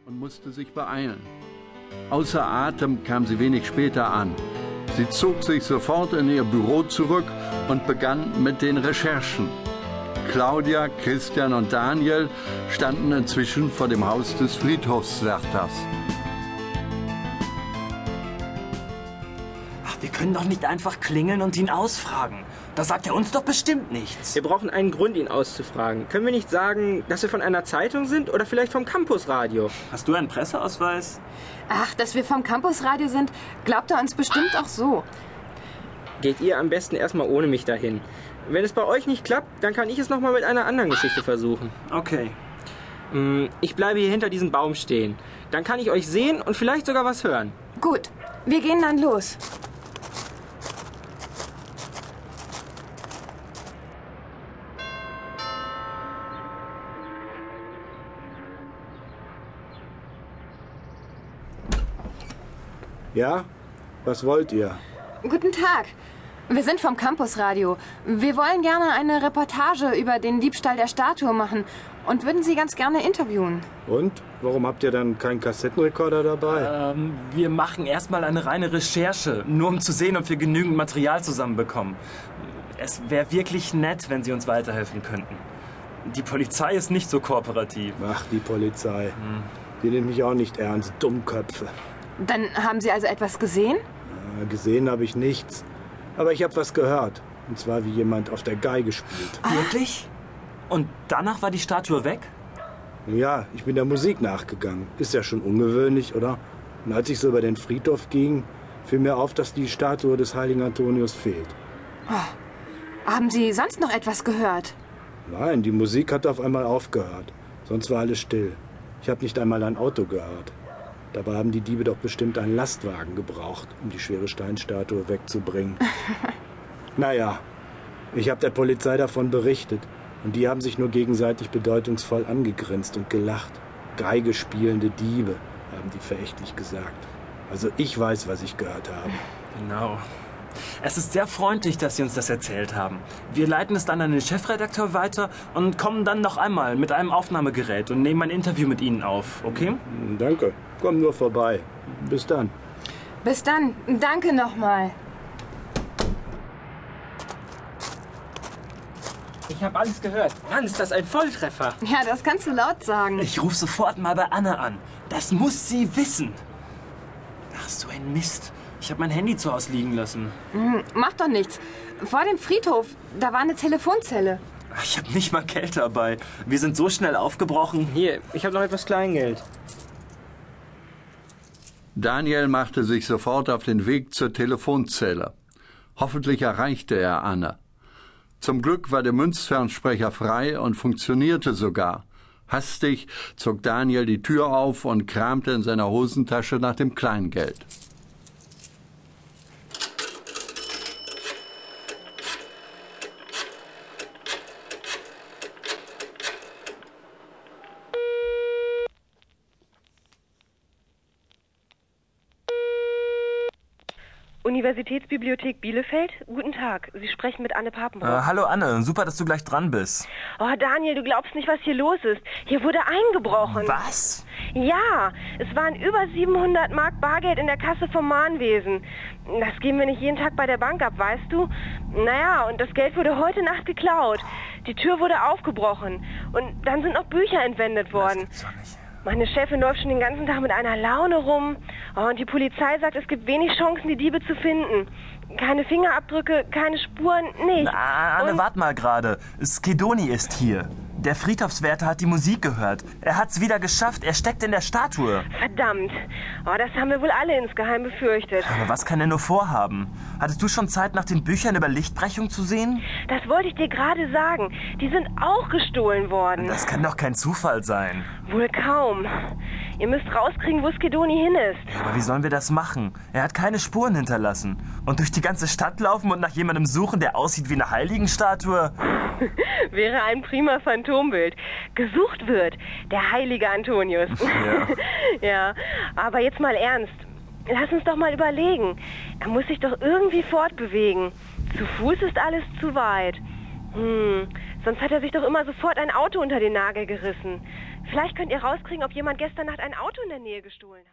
und musste sich beeilen. Außer Atem kam sie wenig später an. Sie zog sich sofort in ihr Büro zurück und begann mit den Recherchen. Claudia, Christian und Daniel standen inzwischen vor dem Haus des Friedhofswärters. Ach, wir können doch nicht einfach klingeln und ihn ausfragen. Da sagt er uns doch bestimmt nichts. Wir brauchen einen Grund, ihn auszufragen. Können wir nicht sagen, dass wir von einer Zeitung sind oder vielleicht vom Campusradio? Hast du einen Presseausweis? Ach, dass wir vom Campusradio sind, glaubt er uns bestimmt auch so. Geht ihr am besten erstmal ohne mich dahin. Wenn es bei euch nicht klappt, dann kann ich es nochmal mit einer anderen Geschichte versuchen. Okay. Ich bleibe hier hinter diesem Baum stehen. Dann kann ich euch sehen und vielleicht sogar was hören. Gut, wir gehen dann los. Ja? Was wollt ihr? Guten Tag. Wir sind vom Campusradio. Wir wollen gerne eine Reportage über den Diebstahl der Statue machen und würden Sie ganz gerne interviewen. Und? Warum habt ihr dann keinen Kassettenrekorder dabei? Wir machen erstmal eine reine Recherche, nur um zu sehen, ob wir genügend Material zusammenbekommen. Es wäre wirklich nett, wenn Sie uns weiterhelfen könnten. Die Polizei ist nicht so kooperativ. Ach, die Polizei. Die nimmt mich auch nicht ernst, Dummköpfe. Dann haben Sie also etwas gesehen? Gesehen habe ich nichts. Aber ich habe was gehört. Und zwar, wie jemand auf der Geige spielt. Wirklich? Und danach war die Statue weg? Ja, ich bin der Musik nachgegangen. Ist ja schon ungewöhnlich, oder? Und als ich so über den Friedhof ging, fiel mir auf, dass die Statue des heiligen Antonius fehlt. Oh. Haben Sie sonst noch etwas gehört? Nein, die Musik hat auf einmal aufgehört. Sonst war alles still. Ich habe nicht einmal ein Auto gehört. Dabei haben die Diebe doch bestimmt einen Lastwagen gebraucht, um die schwere Steinstatue wegzubringen. Naja, ich habe der Polizei davon berichtet. Und die haben sich nur gegenseitig bedeutungsvoll angegrinst und gelacht. Geige spielende Diebe, haben die verächtlich gesagt. Also ich weiß, was ich gehört habe. Genau. Es ist sehr freundlich, dass Sie uns das erzählt haben. Wir leiten es dann an den Chefredakteur weiter und kommen dann noch einmal mit einem Aufnahmegerät und nehmen ein Interview mit Ihnen auf, okay? Danke, komm nur vorbei. Bis dann. Bis dann. Danke nochmal. Ich habe alles gehört. Mann, ist das ein Volltreffer. Ja, das kannst du laut sagen. Ich rufe sofort mal bei Anne an. Das muss sie wissen. Ach, so ein Mist. Ich habe mein Handy zu Hause liegen lassen. Macht doch nichts. Vor dem Friedhof, da war eine Telefonzelle. Ach, ich habe nicht mal Geld dabei. Wir sind so schnell aufgebrochen. Hier, ich habe noch etwas Kleingeld. Daniel machte sich sofort auf den Weg zur Telefonzelle. Hoffentlich erreichte er Anne. Zum Glück war der Münzfernsprecher frei und funktionierte sogar. Hastig zog Daniel die Tür auf und kramte in seiner Hosentasche nach dem Kleingeld. Universitätsbibliothek Bielefeld? Guten Tag, Sie sprechen mit Anne Papenbrock. Hallo Anne, super, dass du gleich dran bist. Oh Daniel, du glaubst nicht, was hier los ist. Hier wurde eingebrochen. Was? Ja, es waren über 700 Mark Bargeld in der Kasse vom Mahnwesen. Das geben wir nicht jeden Tag bei der Bank ab, weißt du? Naja, und das Geld wurde heute Nacht geklaut. Die Tür wurde aufgebrochen. Und dann sind noch Bücher entwendet worden. Das gibt's doch nicht. Meine Chefin läuft schon den ganzen Tag mit einer Laune rum. Oh, und die Polizei sagt, es gibt wenig Chancen, die Diebe zu finden. Keine Fingerabdrücke, keine Spuren, nichts. Na, Anne, wart mal gerade. Skedoni ist hier. Der Friedhofswärter hat die Musik gehört. Er hat's wieder geschafft. Er steckt in der Statue. Verdammt. Oh, das haben wir wohl alle insgeheim befürchtet. Aber was kann er nur vorhaben? Hattest du schon Zeit, nach den Büchern über Lichtbrechung zu sehen? Das wollte ich dir gerade sagen. Die sind auch gestohlen worden. Das kann doch kein Zufall sein. Wohl kaum. Ihr müsst rauskriegen, wo Skedoni hin ist. Aber wie sollen wir das machen? Er hat keine Spuren hinterlassen. Und durch die ganze Stadt laufen und nach jemandem suchen, der aussieht wie eine Heiligenstatue? Wäre ein prima Phantombild. Gesucht wird der heilige Antonius. Ja. Ja, aber jetzt mal ernst. Lass uns doch mal überlegen. Er muss sich doch irgendwie fortbewegen. Zu Fuß ist alles zu weit. Sonst hat er sich doch immer sofort ein Auto unter den Nagel gerissen. Vielleicht könnt ihr rauskriegen, ob jemand gestern Nacht ein Auto in der Nähe gestohlen hat.